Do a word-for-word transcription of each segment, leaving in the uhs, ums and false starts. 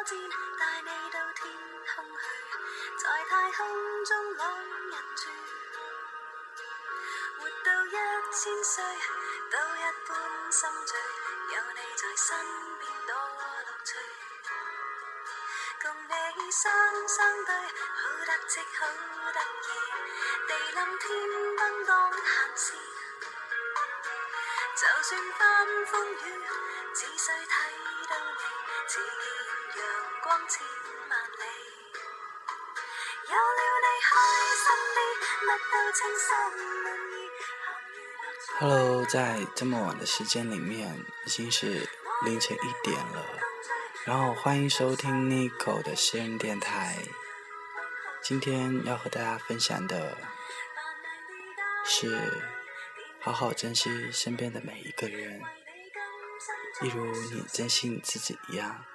箭带你到天空去，在太空中两人住，活到一千岁都一般心醉，有你在身边多乐趣，共你雙雙對，好得戚好得意，地冧天崩當閒事，就算翻風雨，只需睇到你，似見陽光千萬里，有了你開心啲，乜都稱心滿意。 Hello， 在这么晚的时间里面，已经是凌晨一点了。然后欢迎收听 Nico 的私人电台。今天要和大家分享的是好好珍惜身边的每一个人，一如你珍惜你自己一样。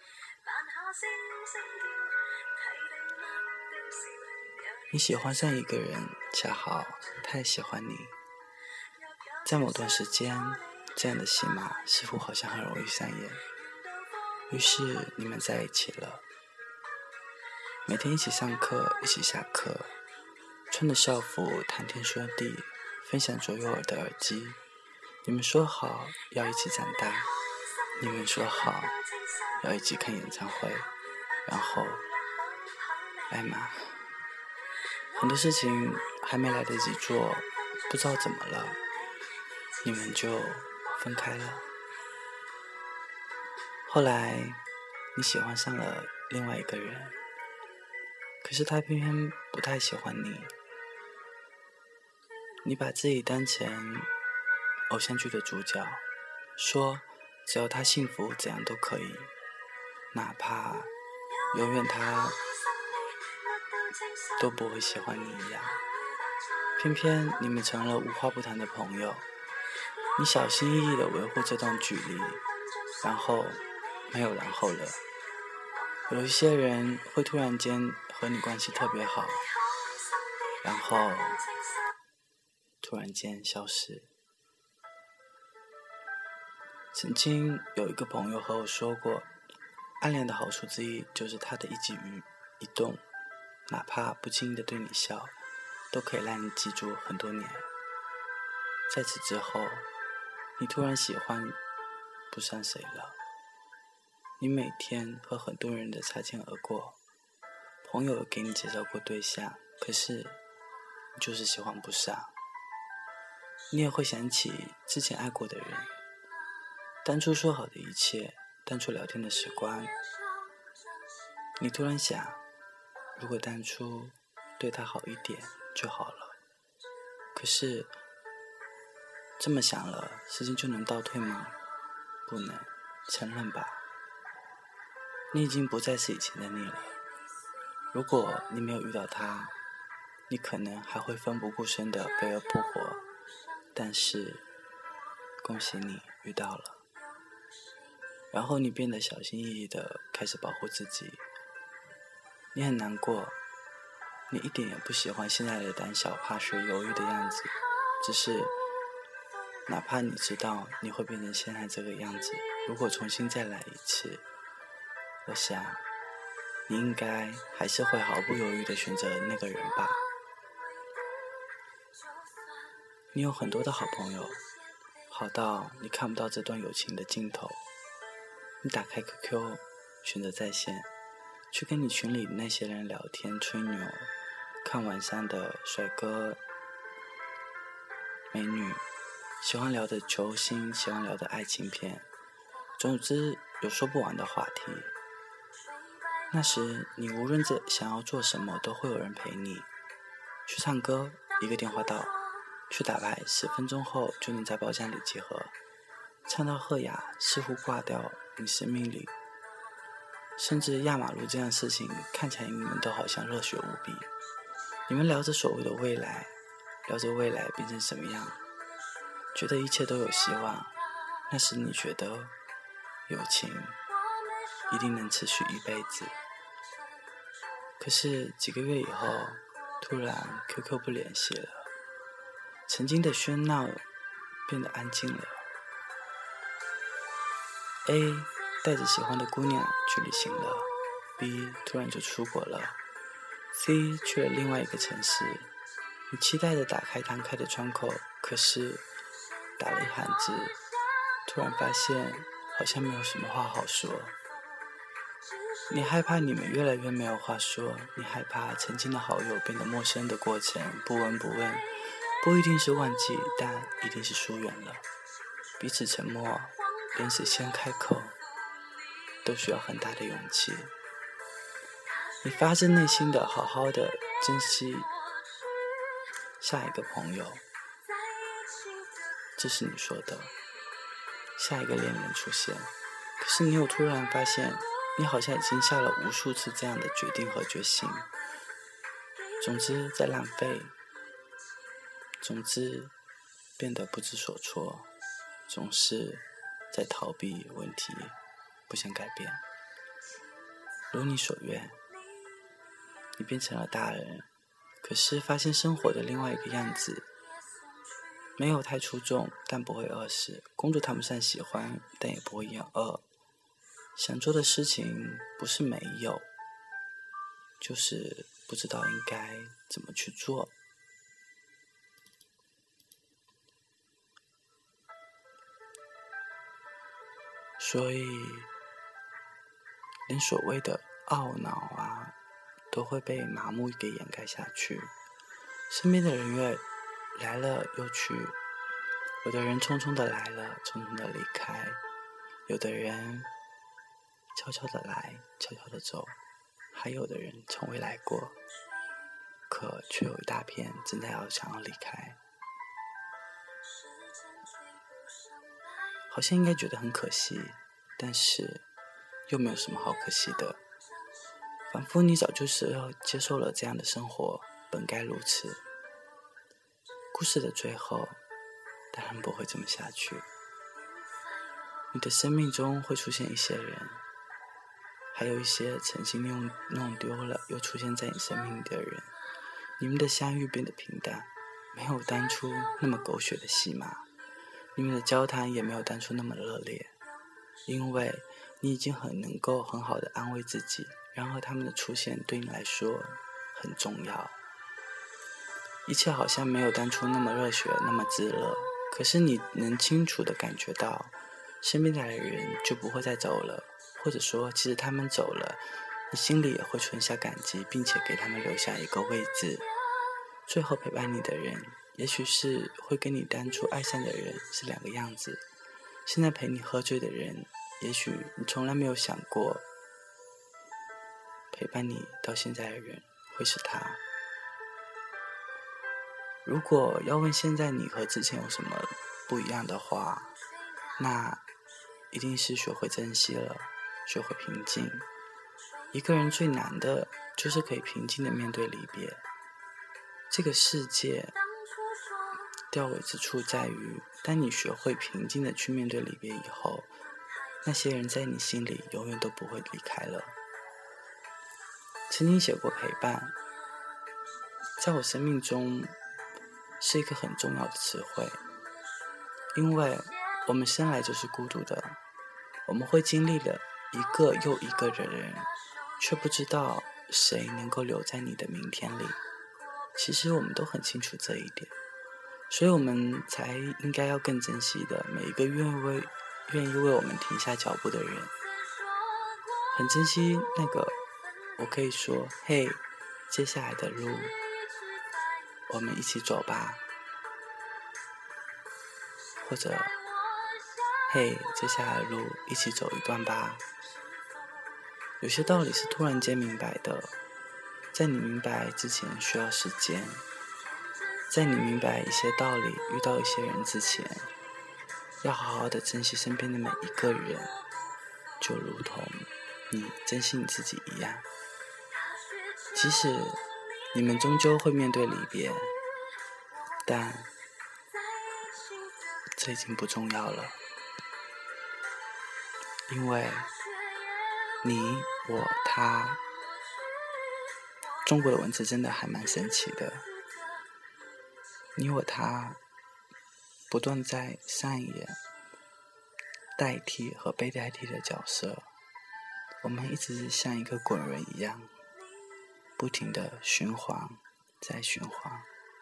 你喜欢上一个人，恰好他也喜欢你，在某段时间，这样的戏码似乎好像很容易上演，于是你们在一起了，每天一起上课，一起下课，穿着校服谈天说地，分享左右耳的耳机。你们说好要一起长大，你们说好要一起看演唱会，然后哎妈，很多事情还没来得及做，不知道怎么了，你们就分开了。后来你喜欢上了另外一个人，可是他偏偏不太喜欢你。你把自己当成偶像剧的主角，说只要他幸福怎样都可以，哪怕永远他都不会喜欢你一样。偏偏你们成了无话不谈的朋友，你小心翼翼地维护这段距离，然后没有然后了。有一些人会突然间和你关系特别好，然后突然间消失。曾经有一个朋友和我说过，暗恋的好处之一就是他的一举一动，哪怕不经意的对你笑，都可以让你记住很多年。在此之后，你突然喜欢不上谁了，你每天和很多人的擦肩而过，朋友给你介绍过对象，可是你就是喜欢不上。你也会想起之前爱过的人，当初说好的一切，当初聊天的时光，你突然想，如果当初对他好一点就好了。可是这么想了，时间就能倒退吗？不能，承认吧，你已经不再是以前的你了。如果你没有遇到他，你可能还会奋不顾身的飞蛾扑火，但是恭喜你遇到了。然后你变得小心翼翼的开始保护自己，你很难过，你一点也不喜欢现在的胆小怕事犹豫的样子，只是哪怕你知道你会变成现在这个样子，如果重新再来一次，我想你应该还是会毫不犹豫地选择那个人吧。你有很多的好朋友，好到你看不到这段友情的尽头。你打开 Q Q 选择在线，去跟你群里那些人聊天吹牛，看晚上的帅哥美女，喜欢聊的球星，喜欢聊的爱情片，总之有说不完的话题。那时你无论想要做什么都会有人陪你，去唱歌一个电话到，去打牌十分钟后就能在包厢里集合，唱到赫雅似乎挂掉你生命里，甚至压马路这样的事情看起来你们都好像热血无比。你们聊着所谓的未来，聊着未来变成什么样，觉得一切都有希望。那时你觉得友情一定能持续一辈子，可是几个月以后，突然 Q Q 不联系了，曾经的喧闹变得安静了。A 带着喜欢的姑娘去旅行了 ，B 突然就出国了 ，C 去了另外一个城市。你期待着打开堂开的窗口，可是打了一行字，突然发现好像没有什么话好说。你害怕你们越来越没有话说，你害怕曾经的好友变得陌生的过程，不闻不问，不一定是忘记，但一定是疏远了。彼此沉默，连谁先开口都需要很大的勇气。你发自内心的好好的珍惜下一个朋友，这是你说的，下一个恋人出现，可是你又突然发现你好像已经下了无数次这样的决定和决心。总之在浪费，总之变得不知所措，总是在逃避问题，不想改变。如你所愿，你变成了大人，可是发现生活的另外一个样子，没有太出众，但不会饿死，工作谈不上喜欢，但也不会厌恶。想做的事情不是没有，就是不知道应该怎么去做。所以连所谓的懊恼啊都会被麻木给掩盖下去。身边的人越来了又去，有的人匆匆的来了，匆匆的离开，有的人悄悄的来，悄悄的走，还有的人从未来过，可却有一大片正在要想要离开。好像应该觉得很可惜，但是又没有什么好可惜的，仿佛你早就是要接受了这样的生活，本该如此。故事的最后当然不会这么下去，你的生命中会出现一些人，还有一些曾经弄弄丢了又出现在你生命里的人，你们的相遇变得平淡，没有当初那么狗血的戏码，你们的交谈也没有当初那么热烈，因为你已经很能够很好的安慰自己，然而他们的出现对你来说很重要。一切好像没有当初那么热血，那么炙热，可是你能清楚地感觉到身边的人就不会再走了，或者说其实他们走了，你心里也会存下感激，并且给他们留下一个位置。最后陪伴你的人也许是会跟你当初爱上的人是两个样子，现在陪你喝醉的人也许你从来没有想过陪伴你到现在的人会是他。如果要问现在你和之前有什么不一样的话，那一定是学会珍惜了，学会平静。一个人最难的就是可以平静地面对离别。这个世界吊诡之处在于，当你学会平静地去面对离别以后，那些人在你心里永远都不会离开了。曾经写过陪伴，在我生命中是一个很重要的词汇，因为我们生来就是孤独的，我们会经历了一个又一个的人，却不知道谁能够留在你的明天里。其实我们都很清楚这一点，所以我们才应该要更珍惜的每一个愿为愿意为我们停下脚步的人，很珍惜那个我可以说嘿，接下来的路我们一起走吧，或者嘿，接下来的路一起走一段吧。有些道理是突然间明白的，在你明白之前需要时间，在你明白一些道理遇到一些人之前，要好好的珍惜身边的每一个人，就如同你珍惜你自己一样。即使你们终究会面对离别，但这已经不重要了，因为你我他，中国的文字真的还蛮神奇的，你我他不断在上演代替和被代替的角色，我们一直像一个滚轮一样，不停地循环再循环。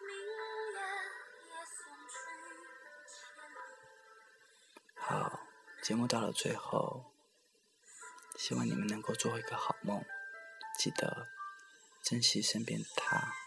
好，节目到了最后，希望你们能够做一个好梦，记得珍惜身边的他。